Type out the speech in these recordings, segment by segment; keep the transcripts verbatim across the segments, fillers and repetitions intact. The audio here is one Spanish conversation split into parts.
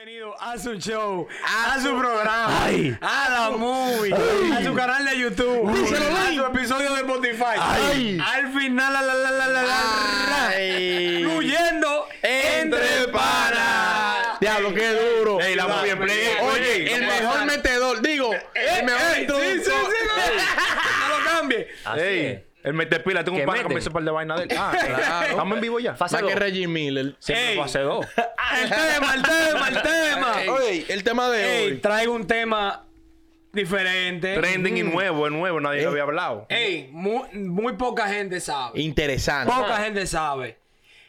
Bienvenido a su show, a, a su programa, ay, a la movie, ay, a su canal de YouTube, díselo, a su episodio de Spotify. Ay, al final, la, la, la, la, la, la, fluyendo entre panas. Diablo, qué duro. Ey, la movie en play. Oye, el mejor metedor, digo, el mejor introductor. Sí, sí, sí, no lo cambie. Ey, el mete pila, tengo un pana que me hizo un par de vainas de él. Ah, claro. Estamos en vivo ya. Más que Reggie Miller. Siempre fase dos. El tema, el tema, el tema. Ey, Oye, el tema de Ey, hoy. traigo un tema diferente. Trending mm. y nuevo, es nuevo, nadie eh. lo había hablado. Ey, muy, muy poca gente sabe. Interesante. Poca gente sabe.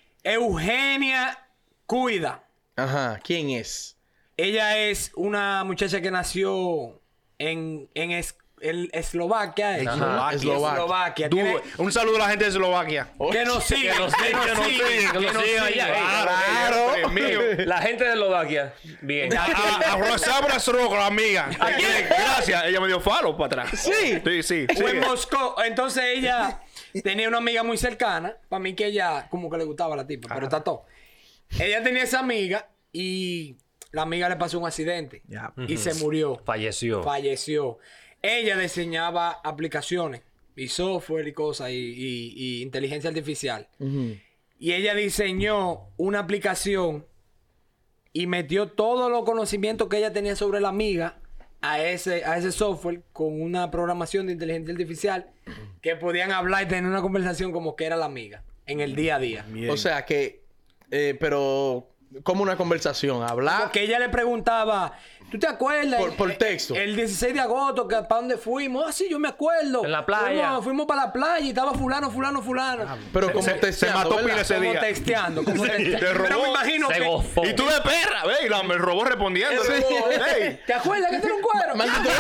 Eugenia Cuida. Ajá, ¿quién es? Ella es una muchacha que nació en, en es, el Eslovaquia. Eslovaquia. Eslovaquia. Eslovaquia. Tú, Tiene, un saludo a la gente de Eslovaquia. que nos siga. Que nos siga, que nos siga, que nos siga allá. Claro, claro. Mío. La gente de Eslovaquia. Bien. A, a, a Rosa Sro, con la amiga. Gracias. Ella me dio follow para atrás. Sí. Sí, sí. Fue en Moscú. Entonces ella tenía una amiga muy cercana. Para mí que ella como que le gustaba a la tipa, pero está todo. Ella tenía esa amiga y la amiga le pasó un accidente. Ya. Y se murió. Falleció. Falleció. Ella diseñaba aplicaciones y software y cosas y, y, y inteligencia artificial. Uh-huh. Y ella diseñó una aplicación y metió todos los conocimientos que ella tenía sobre la amiga a ese, a ese software con una programación de inteligencia artificial que podían hablar y tener una conversación como que era la amiga en el día a día. Bien. O sea que, eh, pero, como una conversación, hablar. Porque ella le preguntaba, ¿tú te acuerdas? Por, por texto. El, el dieciséis de agosto, que ¿para dónde fuimos? Ah, sí, yo me acuerdo. En la playa. Fuimos, fuimos para la playa y estaba fulano, fulano, fulano. Ah, pero Se- como se- texteando, se mató ¿verdad? pila ese como día. texteando, como Sí, texteando. te robó, Pero me imagino Se que... gofó. Y tú de perra, ve, la, me robó respondiendo. Sí. Ey. ¿Te acuerdas que te era un cuero? Maldito.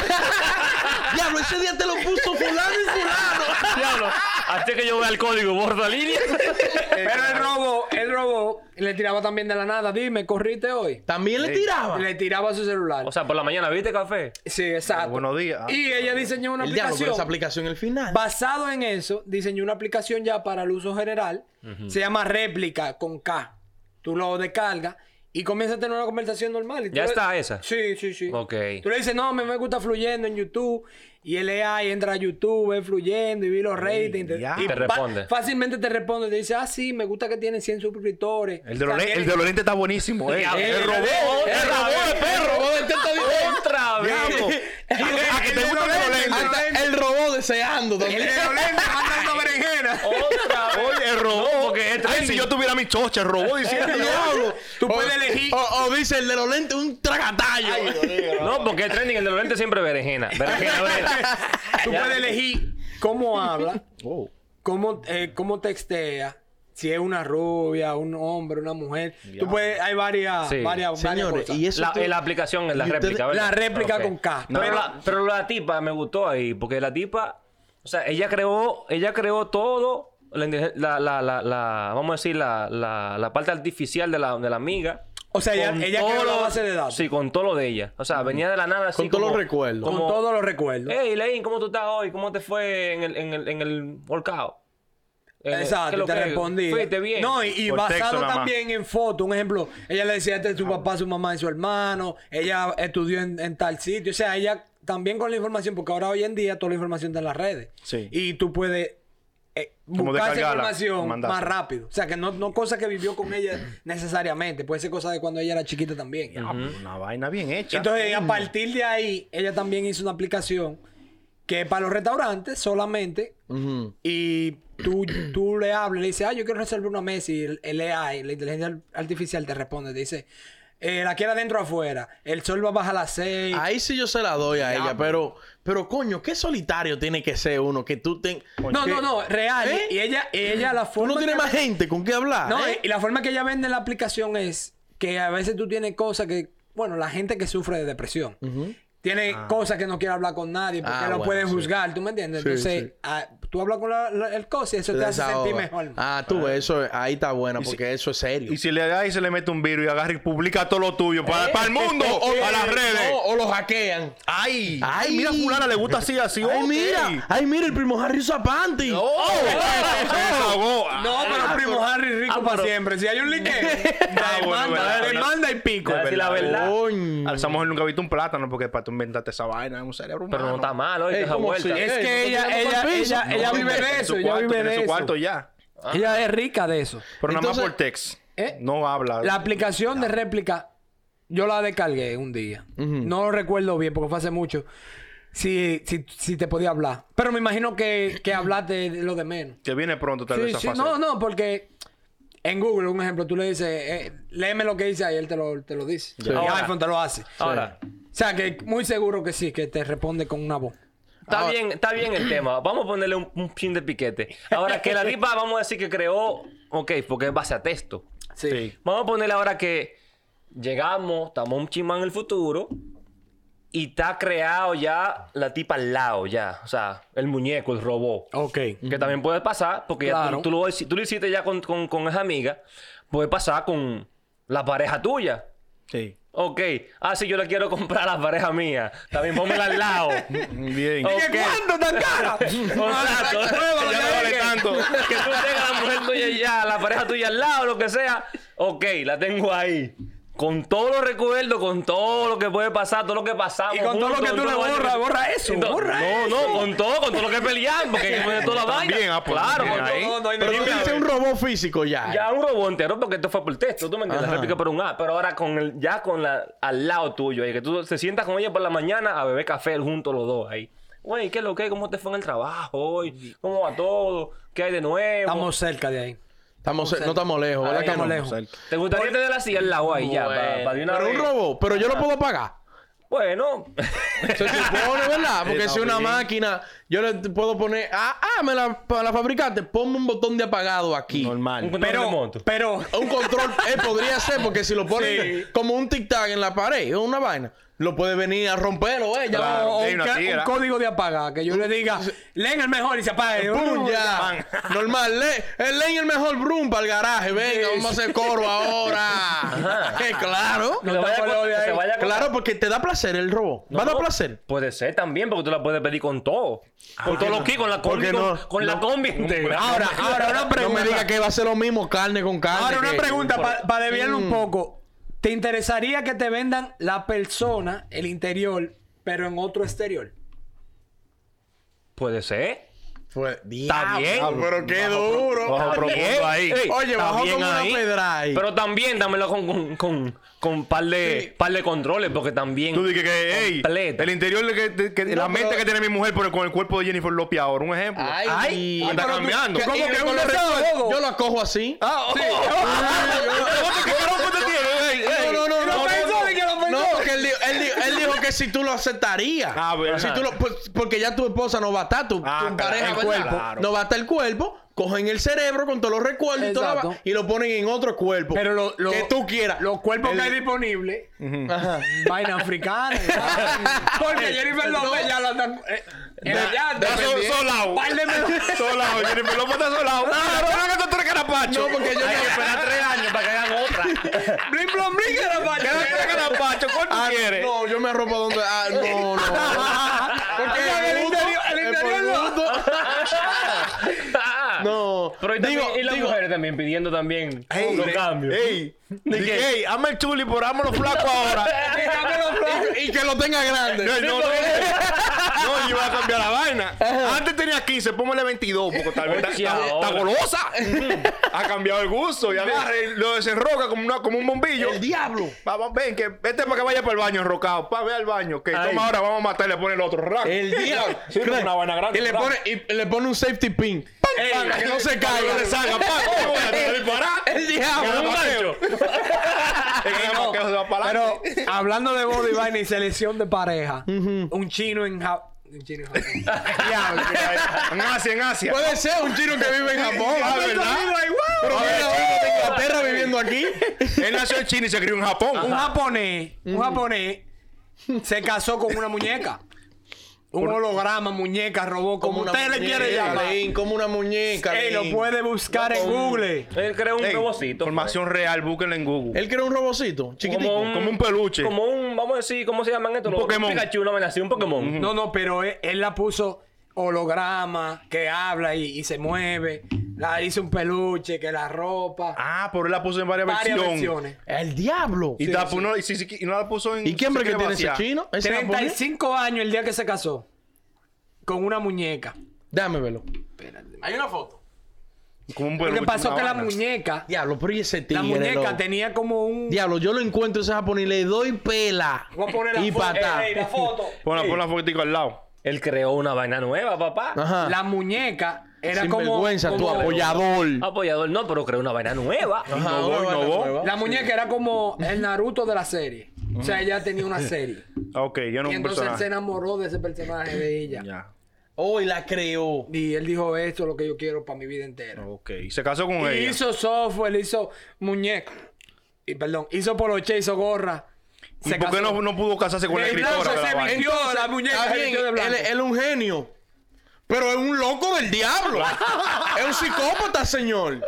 Diablo, ese día te lo puso fulano y fulano. Diablo. Hasta que yo vea el código, borro la línea. Pero él robó, él robó y le tiraba también de la nada. Dime, ¿corriste hoy? También le tiraba. Le tiraba a su celular. O sea, por la mañana, ¿viste café? Sí, exacto. Buenos días. Y ella diseñó una El diablo, aplicación. pero esa aplicación el final. Basado en eso, diseñó una aplicación ya para el uso general. Uh-huh. Se llama Réplica con K. Tú lo descargas y comienzas a tener una conversación normal. Y tú ¿Ya le... está esa? Sí, sí, sí. Ok. Tú le dices, no, me, me gusta fluyendo en YouTube. Y el A I entra a YouTube, ve fluyendo y vi los ratings. ya. Y Te responde. Fácilmente te responde. Te dice, ah, sí, me gusta que tiene cien suscriptores. El de, O sea, los, tiene- el de los lentes está buenísimo. Eh. Diablo. El robó. Otra El robó vez. de perro. robó del teto de ¡Otra vez! Diablo. A que te gustan los lentes. Hasta el robó deseando El también. de los lentes mandando berenjena. ¡Otra vez! Oye, el robó. No, porque es Ay, trending. si yo tuviera mi chocha, el robó diciendo. Diablo. Tú O- puedes elegir. O, o dice el de los lentes, un tragatallo. No, porque el trending, el de los lentes siempre berenjena. Berenjena, berenjena. Tú Ya. puedes elegir cómo habla, Oh. cómo, eh, cómo textea, si es una rubia, un hombre, una mujer. Tú puedes, hay varias, Sí. varias, varias Señores, cosas. y eso. La, tú- la aplicación, la y ustedes- réplica, ¿verdad? La réplica Ok. con K. No, Pero- pero, la, pero la tipa me gustó ahí, porque la tipa, o sea, ella creó, ella creó todo, la, inteligen- la, la, la, la- vamos a decir, la, la, la parte artificial de la, de la amiga. O sea, ella, Con ella todo creó la lo- base de datos. Sí, con todo lo de ella. O sea, venía de la nada así Con todos como- los recuerdos. Con como- todos los recuerdos. Hey, Leín, ¿cómo tú estás hoy? ¿Cómo te fue en el, en el, en el volcado? En el- ¿qué Exacto, es lo te que- respondí. Fuiste bien. No, y, y Por texto basado nada más. también en fotos. Un ejemplo, ella le decía, este es su papá, su mamá y su hermano. Ella estudió en, en tal sitio. O sea, ella también con la información, porque ahora hoy en día toda la información está en las redes. Sí. Y tú puedes eh, Como buscar esa descargarla, información mandársela. más rápido. O sea, que no, no cosa que vivió con ella necesariamente. Puede ser cosa de cuando ella era chiquita también. Ah, una vaina bien hecha. Entonces, a partir de ahí, ella también hizo una aplicación que es para los restaurantes solamente. Ujú. Y tú, tú le hablas, le dices, ah, yo quiero reservar una mesa. Y el, el A I, la inteligencia artificial, te responde. Te dice, eh, ¿la quiere adentro o afuera? El sol va a bajar a las seis. Ahí sí yo se la doy a ella, pero, pero coño, qué solitario tiene que ser uno que tú ten... No, que- no, no, real. ¿Eh? Y ella, ella la Tú forma. no tienes que- más gente con qué hablar. No, ¿eh? y la forma que ella vende la aplicación es que a veces tú tienes cosas que, bueno, la gente que sufre de depresión, tiene ah. cosas que no quiere hablar con nadie porque ah, lo bueno, puede juzgar, sí. ¿tú me entiendes? Sí, Entonces, sí. Ah, tú hablas con la, la, el cosi y eso te, te hace sentir mejor. Ah, tú ves, eso ahí está bueno porque si, eso es serio. Y si le da y se le mete un virus y agarra y publica todo lo tuyo para, eh, para el mundo o para las redes. No, o lo hackean. Ay, ay, mira, fulana le gusta así, así. Ay, okay. mira, ay, mira, el primo Harry usa panty. Oh, oh, oh, oh. No, pero el primo Harry rico ah, para pero... siempre. Si hay un liqueo, ah, bueno, te manda y pico. Si la verdad. A esa mujer nunca ha visto un plátano porque para tú inventarte esa vaina es un cerebro humano. Pero no está mal, oye, esa vuelta. Es que ella, ella, ella, ella vive de eso. Ella vive de eso. Cuarto ya. Ah. Ella es rica de eso. Pero Entonces, nada más por text. ¿eh? No habla. La aplicación de réplica, yo la descargué un día. Uh-huh. No lo recuerdo bien porque fue hace mucho. Si, si, si te podía hablar. Pero me imagino que, que hablaste de lo de menos. Que viene pronto tal sí, vez esa sí, fase. No, no, porque en Google, un ejemplo, tú le dices, eh, léeme lo que dice ahí, él te lo, te lo dice. Sí. Y ahora, iPhone te lo hace. Ahora. Sí. O sea, que muy seguro que sí, que te responde con una voz. Está ah, bien, está bien el tema. Vamos a ponerle un, un chin de piquete. Ahora, que la tipa, vamos a decir que creó... Ok, porque es base a texto. Sí. sí. Vamos a ponerle ahora que llegamos, estamos un chin más en el futuro y está creado ya la tipa al lado, ya. O sea, el muñeco, el robot. Ok. Que uh-huh. también puede pasar, porque claro. ya tú, tú, lo, tú lo hiciste ya con, con, con esa amiga. Puede pasar con la pareja tuya. Sí. Ok. Ah, sí, yo le quiero comprar a la pareja mía. También pónmela al lado. Bien. Okay. ¿Qué cuánto tan cara? Exacto. Ya no vale tanto. Que tú tengas a la mujer tuya ya, la pareja tuya al lado, lo que sea. Ok, la tengo ahí. Con todos los recuerdos, con todo lo que puede pasar, todo lo que pasamos. Y con juntos, todo lo que tú le borras, que... borra eso, no, borra no, eso. No, no, con todo, con todo lo que peleamos, porque hay que poner toda la vaina. Bien, ah, pues, claro, bien, con ahí. todo. No, no, pero tú dices un robot físico ya. Ya, un robot entero, porque esto fue por texto, tú me entiendes, la réplica por un A. Pero ahora con el, ya con la, al lado tuyo, y que tú te sientas con ella por la mañana a beber café juntos los dos ahí. Güey, ¿qué es lo que? ¿Cómo te fue en el trabajo hoy? ¿Cómo va todo? ¿Qué hay de nuevo? Estamos cerca de ahí. Estamos no estamos lejos, ¿verdad? Estamos no? lejos. ¿Te gustaría tener así al lado ahí ya? Pa, pa de una pero vez. un robot, pero yo lo puedo pagar. Bueno. Se supone, ¿verdad? Porque si una máquina, yo le puedo poner... Ah, ah, me la, para la fabricante, ponme un botón de apagado aquí. Normal. Un control pero, remoto. Pero... Un control... eh, podría ser, porque si lo ponen sí. como un tic-tac en la pared, o una vaina... Lo puede venir a romperlo, eh. Ya claro, o, o un, un código de apagar. Que yo le diga, leen el mejor y se apague. ¡Pum! Ya. Normal. Le, leen el mejor brum para el garaje. Venga, sí. vamos a hacer coro ahora. Que claro. No vaya con, de ahí. Vaya claro, porque te da placer el robot. No, ¿Va a dar placer? Puede ser también, porque tú la puedes pedir con todo. Con ah, todo lo que, con la combi. No, con, con no, la combi. No, ahora, ahora, una pregunta. No me diga que va a ser lo mismo carne con carne. Ahora, una que, pregunta para pa desviarlo mm. un poco. ¿Te interesaría que te vendan la persona, el interior, pero en otro exterior? Puede ser. Pues, está bien. Ah, pero qué bajo duro. Bajo profundo ahí. Ey, Oye, bajó como una pedra ahí. Pero también dámelo con con, con, con par de sí. par de controles, porque también. Tú dices que, ey, el interior de que, de, que no, la mente pero... que tiene mi mujer por, con el cuerpo de Jennifer Lopez ahora, un ejemplo. Ay, Ay anda cambiando. ¿Cómo que un deseo? Yo lo acojo así. Ah, sí. ¿Qué carajo te tiene? No, no, no, no. No, porque él dijo, él, dijo, él dijo que si tú lo aceptarías. Ah, bueno. Si tú lo, pues, porque ya tu esposa no va a estar, tu, ah, tu pareja, el cuerpo, claro. no va a estar el cuerpo. Cogen el cerebro con todos los recuerdos y, toda la, y lo ponen en otro cuerpo. Pero lo, lo, que tú quieras. Los cuerpos el, que hay disponibles. Uh-huh. Vaina africana. Porque Jennifer Lopez ya lo andan. Eh, ya solado. Solado. Jennifer Lopez está solado. No, no, que tú eres carapacho. No, porque yo hay que esperar tres años para que hagan otra. Blim, blom, blim, carapacho. ¿Qué es carapacho? ¿Cuánto ah, quieres? No, yo me arropo donde. Ah, no, no. Porque el interior, el interior no. No, pero y, digo, también, y las digo, mujeres también pidiendo también hey, los cambios. Ey, ey, hazme el chuli, por hazme los flacos ahora. y, y que lo tenga grande. No, no, no. No, yo voy a cambiar la vaina. Antes tenía quince, póngale veintidós, porque tal vez está, está golosa. Ha cambiado el gusto y agarra y lo desenroca como, una, como un bombillo. El diablo. Vamos, ven, que vete para que vaya para el baño enrocado. Pa, ve al baño. Que toma ahora, vamos a matar y le pone el otro rack. El diablo. Sí, claro. Una vaina grande. Y le pone, y le pone un safety pin. Ey, para que no se caiga. Que no se salga. El diablo. Un gancho. Pero hablando de boda y vaina y selección de pareja, uh-huh. un chino en Japón. Un chino en Japón. En Asia, en Asia. Puede ser un chino que vive en Japón. Ah, ¿verdad? Pero mira, uno de Inglaterra viviendo aquí. Él nació en China y se crió en Japón. Un japonés, un japonés se casó con una muñeca. Un Por... holograma, muñeca, robot, como, como usted le quiere llamar. Como una muñeca. Él lo puede buscar en Google. Él creó un Ey, robocito. Información pues. real, búsquenla en Google. Él creó un robocito, chiquitico. Como un, como un peluche. Como un, vamos a decir, ¿cómo se llaman estos? Un Pokémon. Un Pikachu, una así, un Pokémon. Uh-huh. No, no, pero él, él la puso holograma, que habla y, y se mueve. La hizo un peluche, que la ropa. Ah, pero él la puso en varias, varias versiones. versiones. El diablo. Y, sí, sí. Uno, y, si, si, y no la puso en... ¿Y quién cree que tiene ese chino? ¿Ese treinta y cinco años el día que se casó. Con una muñeca. Déjame verlo. Espérate. Hay una foto. Como un Lo que pasó que la muñeca... Diablo, pero ¿y ese tigre? La muñeca lo... tenía como un... Diablo, yo lo encuentro ese japonés y le doy pela. Voy a poner la y foto. patá. Ey, ey, la foto. Pon la, pon la fotico al lado. Él creó una vaina nueva, papá. Ajá. La muñeca era Sin como... vergüenza, como... tu apoyador. Apoyador no, pero creó una vaina nueva. Ajá, innovó, una innovó. nueva. La muñeca era como el Naruto de la serie. O sea, ella tenía una serie. Ok, yo no Y un entonces él personaje. se enamoró de ese personaje de ella. Ya. Oh, y la creó. Y él dijo, esto es lo que yo quiero para mi vida entera. Ok, y se casó con Y ella. hizo software, hizo muñeca. Y perdón, hizo poloche, hizo gorra. ¿Y por qué no, no pudo casarse con la De escritora? blanco de la se vaina? vistió, la muñeca Está se bien, vistió de él, blanco. él es un genio. Pero es un loco del diablo. Es un psicópata, señor.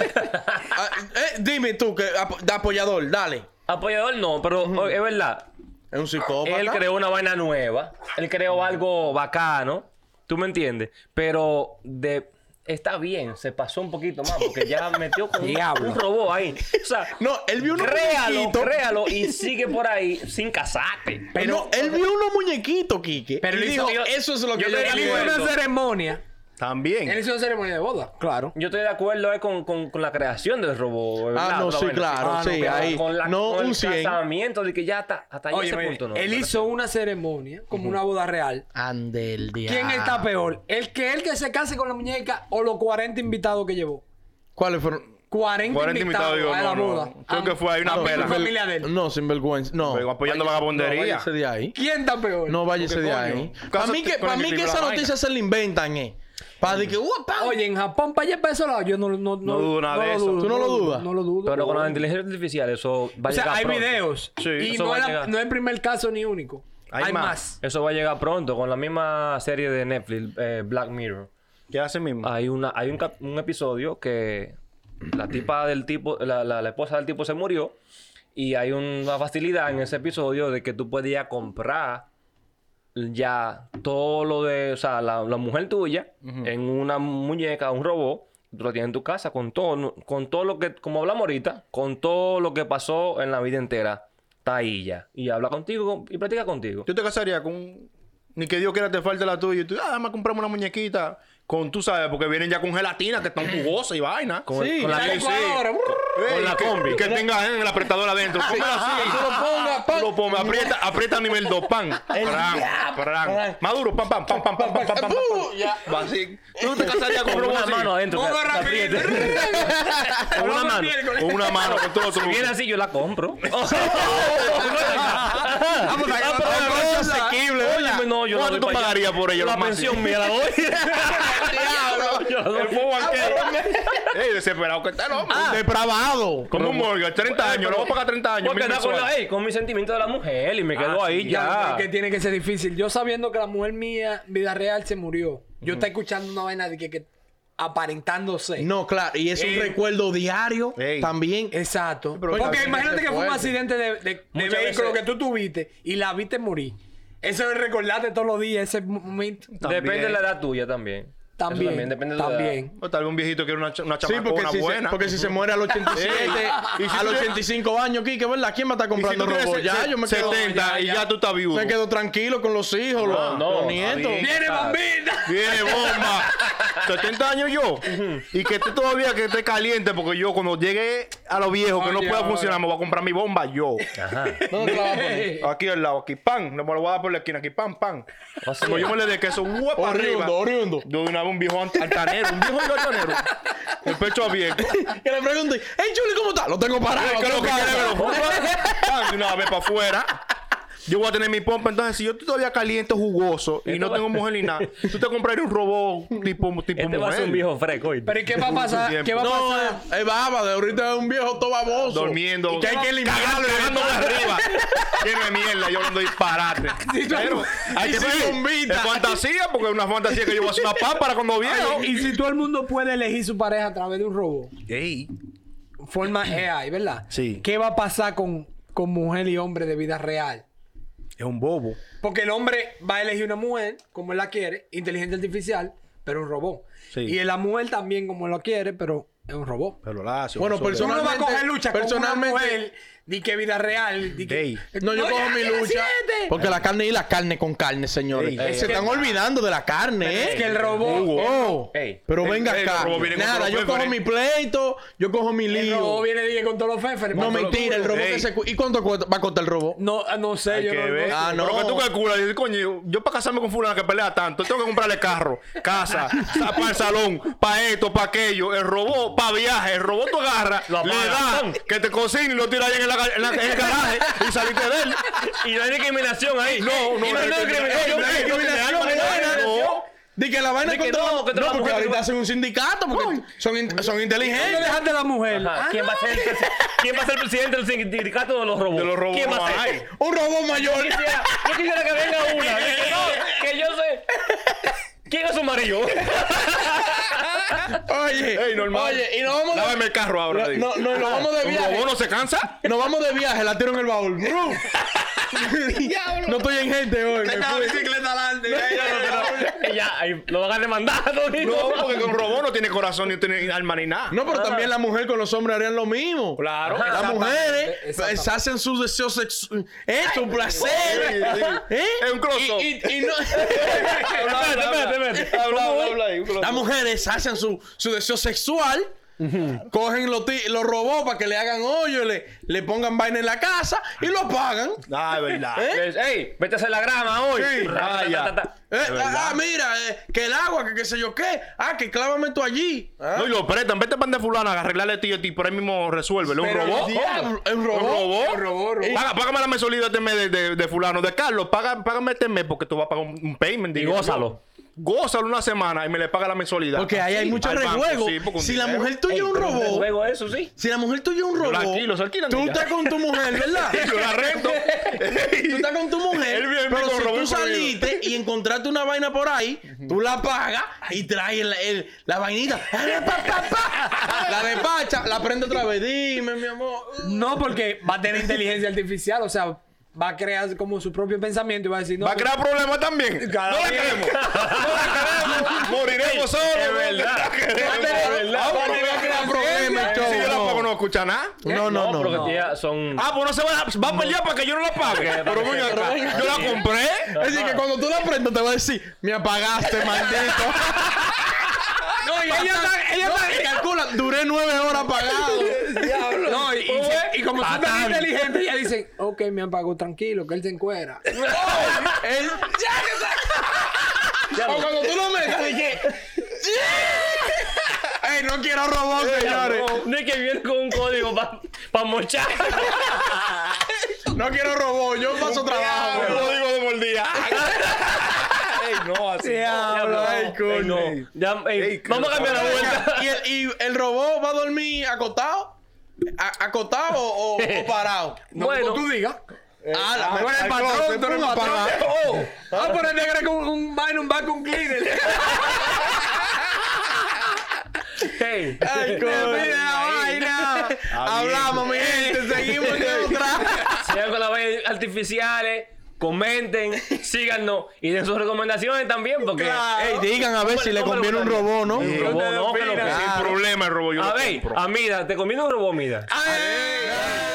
Ah, eh, dime tú, que ap de apoyador, dale. Apoyador no, pero uh-huh. es verdad. Es un psicópata. Él creó una vaina nueva. Él creó algo bacano. ¿Tú me entiendes? Pero de... Está bien, se pasó un poquito más porque ya metió con un, un robot ahí. O sea, no, él vio unos créalo, muñequitos. créalo y sigue por ahí sin casarte. Pero no, él vio unos muñequitos, Quique. Pero y él dijo, hizo, eso es lo que yo yo te Él quiero. hizo una ceremonia. También. Él hizo una ceremonia de boda, claro. Yo estoy de acuerdo eh, con, con, con la creación del robot. Ah, ¿verdad? no, Otra sí, vaina. claro, Ah, no, sí, pero ahí. Con, la, no, con un el cien. casamiento de que ya está, hasta ahí Oye, ese oye, punto no. él hizo una ceremonia, como uh-huh. una boda real. Ande el diablo. ¿Quién está peor? ¿El que él que se case con la muñeca o los cuarenta invitados que llevó? ¿Cuáles fueron? cuarenta, cuarenta invitados, invitados digo, a la no, boda. no. Creo que fue ahí una a pela. la familia de él. No, sinvergüenza. No. Pero apoyando Vaya- vagabundería. No, váyase de ahí. ¿Quién está peor? No, váyase Porque, de coño, ahí. Para cásate mí que, con pa el que mí que escribió esa la noticia vaina. se la inventan, ¿eh? Para de que, ¡upa! Oye, en Japón, para allá para esos lados, yo no, no, no, No dudo nada de lo eso. dudo, ¿Tú no lo dudas? No lo dudo. Pero con la inteligencia artificial eso va a O sea, llegar hay pronto. videos. Sí, y eso no va es, a la- llegar. no es el primer caso ni único. Hay Hay, más. más. Eso va a llegar pronto con la misma serie de Netflix, eh, Black Mirror. ¿Qué hace mismo? Hay una, hay un, cap- un episodio que la tipa del tipo, la, la, la esposa del tipo se murió y hay una facilidad en ese episodio de que tú puedes ya comprar ya todo lo de, o sea, la, la mujer tuya uh-huh. en una muñeca, un robot, tú lo tienes en tu casa con todo, con todo lo que, como hablamos ahorita, con todo lo que pasó en la vida entera. Está ahí ya. Y habla contigo y platica contigo. ¿Tú te casarías con... Ni que Dios quiera te falte la tuya y tú, ah, me compramos una muñequita con, tú sabes, porque vienen ya con gelatina que están jugosas y vaina. Con, Sí, con la, la sí, licuadora. Ey, con la que, combi. Que tenga en el apretador adentro. Póngalo así. Tú lo pongas, Tú lo pones, aprieta, aprieta a nivel dos, pan. Pran, pran. Maduro, pam, pam, pam, pam, pam, pam, pam, pam. Ya. Va así. ¿Tú te casarías con con un una robot mano así? adentro. Pongo que- que rapidito. apriete. Con una mano. Con una mano, con todo tu... Si viene así, yo la compro. Vamos a Ah, pero ver. es asequible, Oye, ¿verdad? no, yo la ¿Cuánto doy tú para allá. pagarías por ella? La Lo más pensión mía la doy. Yo la doy. El bobo aquel. Ey, desesperado que está el hombre. Depravado. Como un mortgage, treinta años. Lo voy a pagar treinta años. Porque mil anda con, mensuales. ey, con mi sentimiento de la mujer y me quedo Ah, ahí sí, ya. Es que tiene que ser difícil. Yo sabiendo que la mujer mía, vida real, se murió. Yo estoy escuchando una vaina de que, que aparentándose. No, claro. Y es un Eh. recuerdo diario Ey. también. Exacto. Pero Porque también imagínate es que fue un fuerte. accidente de, de- de Muchas vehículo veces- que tú tuviste y la viste morir. Eso es recordarte todos los días ese momento. Depende de la edad tuya también. Eso También. también depende de la edad. También. O tal vez un viejito que era una, ch- una Sí, porque chamacona si, se, buena. porque si se muere a los ochenta y siete, Ey. Y si a tú los tienes- ochenta y cinco años, Kike, ¿verdad? ¿Quién va a estar Y si comprando tú tienes robots? se- Ya, se- yo me quedo... setenta y ya tú estás viudo. Me quedo tranquilo con los hijos, los, no, los nietos. está bien. ¡Viene, Ah. bambina! Viene bomba. setenta años yo. Y que esté todavía que esté caliente. Porque yo cuando llegue a lo viejo que no Oye, pueda ahora. funcionar, me voy a comprar mi bomba yo. Ajá. ¿Dónde te la vas a poner? Aquí al lado, aquí, pan. Me lo voy a dar por la esquina, aquí, pan, pan. Así Como es. yo me le dé queso, huepa arriba. Oriundo, oriundo. Yo de una vez un viejo ant- altanero, un viejo y altanero. El pecho abierto. Que le pregunte, hey, Chuli, ¿cómo está? Lo tengo parado. ¿Qué es lo lo que tengo quiere parado. verlo? Pan, de una vez para afuera. Yo voy a tener mi pompa, entonces si yo estoy todavía caliente, jugoso y Este no va- tengo mujer ni nada, tú te comprarías un robot tipo, tipo Este va a ser un mujer. viejo fresco. ¿oíste? Pero ¿y qué va a pasar? ¿Qué va a No, pasar? es baba, de ahorita es un viejo todo baboso. Dormiendo. Y que hay que limpiarlo. Cagando, cagando de arriba. Que lleno de mierda, yo hablando disparate. Pero hay y que si ver. bombita. Es fantasía, porque es una fantasía que yo voy a hacer una pámpara cuando viejo. Y si todo el mundo puede elegir su pareja a través de un robot, Ey. forma A I, ¿verdad? Sí. ¿Qué va a pasar con, con mujer y hombre de vida real? Es un bobo. Porque el hombre va a elegir una mujer como él la quiere, inteligencia artificial, pero un robot. Sí. Y la mujer también como él lo quiere, pero es un robot. Pero lacio. Bueno, eso- persona- Uno va a coger lucha con una personalmente- mujer, di que vida real, di que... Ey. No, yo Oye, cojo mi ay, lucha. siete. Porque la carne y la carne con carne, señores. Ey, ey, Se ey. están olvidando de la carne, ¿eh? Es que el robot... Oh, Ey. pero Ey, venga ey, acá. los robots vienen con Nada, todos yo los cojo féferes. mi pleito, yo cojo mi El lío. robot viene di que con todos los féferes. No, para todo lo mentira, el duro. robot Ey. que se... cu- ¿Y cuánto cuesta- va a costar el robot? No, ah, no sé, Hay yo que no... ver. no- Ah, no. Pero que tú calculas, y dices, coño, yo para casarme con fulana que pelea tanto, tengo que comprarle carro, casa, para el salón, para esto, para aquello. El robot, para viaje, el robot tú agarras, Lo le apaga. da, que te cocine y lo tira ahí en, la, en, la- en el garaje y saliste de él. Y no hay discriminación ahí. No, no, Y no hay no hay discriminación. discriminación. Ey, Ey, discriminación, no hay buena. discriminación. Di que la vaina Di que contra no, la- contra no, la porque mujer, ahorita tú- hacen un sindicato porque son, in- son ¿Dónde inteligentes. dejaste a la mujer? Ajá. Ah, ¿Quién, va a ser el, presi- ¿Quién va a ser el presidente del sindicato de los robots? De los robots ¿Quién va a no ser? hay. Un robot mayor. Quisiera- yo quisiera que venga una. Que, no, que yo sé. ¿Quién es su marido? Oye, Ey, normal. oye, y nos vamos de... Lávame el carro ahora. No, digo. no, no, nos vamos de ¿Un viaje. robot no se cansa? Nos vamos de viaje, la tiro en el baúl. Brum. No estoy en gente hoy. me la fui. bicicleta adelante. Ya, ahí lo van a demandar. ¿no? No, porque con un robot no tiene corazón ni tiene alma ni nada. No, pero también la mujer con los hombres harían lo mismo. Claro. Las Exactamente, mujeres exactamente. se hacen sus deseos sexuales. Es un placer. Sí, sí. ¿Eh? Es un close-up. Y, y- y no... Espérate, espérate, espérate. Habla, habla, habla ahí, un close-up. Las mujeres hacen su, su deseo sexual. Cogen los, ti- los robots para que le hagan hoyo, le, le pongan vaina en la casa y lo pagan. Ah, es verdad. ¿Eh? Ey, vete a hacer la grama hoy. Sí. Ta, ta, Vaya. ta, ta, ta. Eh, Es verdad. ah, mira, eh, que el agua, que qué sé yo qué. Ah, que clávame tú allí. Ah. No, y lo prestan. Vete para de fulano a arreglarle tío y ti, por ahí mismo resuélvelo. ¿Un Pero robot? Diablo, ¿es un ¿Un robot? robot? Un robot, robot. Paga- págame la mensualidad este mes de, de, de fulano. De Carlos, paga, págame este mes porque tú vas a pagar un, un payment. Y digo yo. gózalo. Gózalo una semana y me le paga la mensualidad. Porque ahí hay Sí, mucho al banco, rejuego. sí, porque un Si la dinero. mujer tuya es un Pero un robot, juego eso, sí. si la mujer tuya es un Yo robot, la alquilo, se alquilan tú ya. estás con tu mujer, ¿verdad? Yo la rento. Tú estás con tu mujer, Él viene pero con si robot tú incluido. saliste y encontraste una vaina por ahí, tú la pagas y traes el- el- la vainita. Pa, pa, pa. La despacha, la prende otra vez. Dime, mi amor. No, porque va a tener inteligencia artificial, o sea, va a crear como su propio pensamiento y va a decir, no, Va a crear problemas también. Cada no la día. queremos. No la queremos. Moriremos solos. es verdad. No la queremos. Es verdad. Ah, bueno, Va a crear problemas, Si yo la chavo, pago, no escucha nada. No, no, no. porque no. tía, son... Ah, pues no se va a, va a pelear para que yo no la pague. Pero ven acá. venga. Yo la compré. Es decir, que cuando tú la prendas te va a decir, me apagaste, maldito. no, y ella está, ella No, está, y calcula, duré nueve horas apagado. no, y, y, se- y como tú estás Patán. inteligente, ella dice, ok, me apagó, tranquilo, que él se encuera. Él- Ya, O cuando tú lo metes, dije, ¡Ey, no quiero robot, señores! no, no es que viene con un código para pa mochar. No quiero robot, yo paso trabajo. Yo bro. lo digo de mordida. Ey, no, así. Diablo. Ay, Ey, coño. no. Ya, ey, Ey, vamos a cambiar la vuelta. ¿Y el, y el robot va a dormir acostado? ¿A- ¿Acostado o, o- o parado? No, Bueno. como tú digas. Ah, la- Tú eres el al patrón, closet, tú eres el pum, patrón. apagado. Oh, ah, pero el negro es con un vaina, un vacuum cleaner. Hey. Ay, coño. Mira la vaina. Hablamos, mi gente, seguimos en otra. Sigan con las vainas artificiales, comenten, síganos y den sus recomendaciones también, porque... Claro. Ey, digan a ver si le conviene un robot, ¿no? Un robot, no, que lo que- Sin problema el robot. Yo A lo ver, compro. Amida, ¿te conviene un robot, Mida? Ay.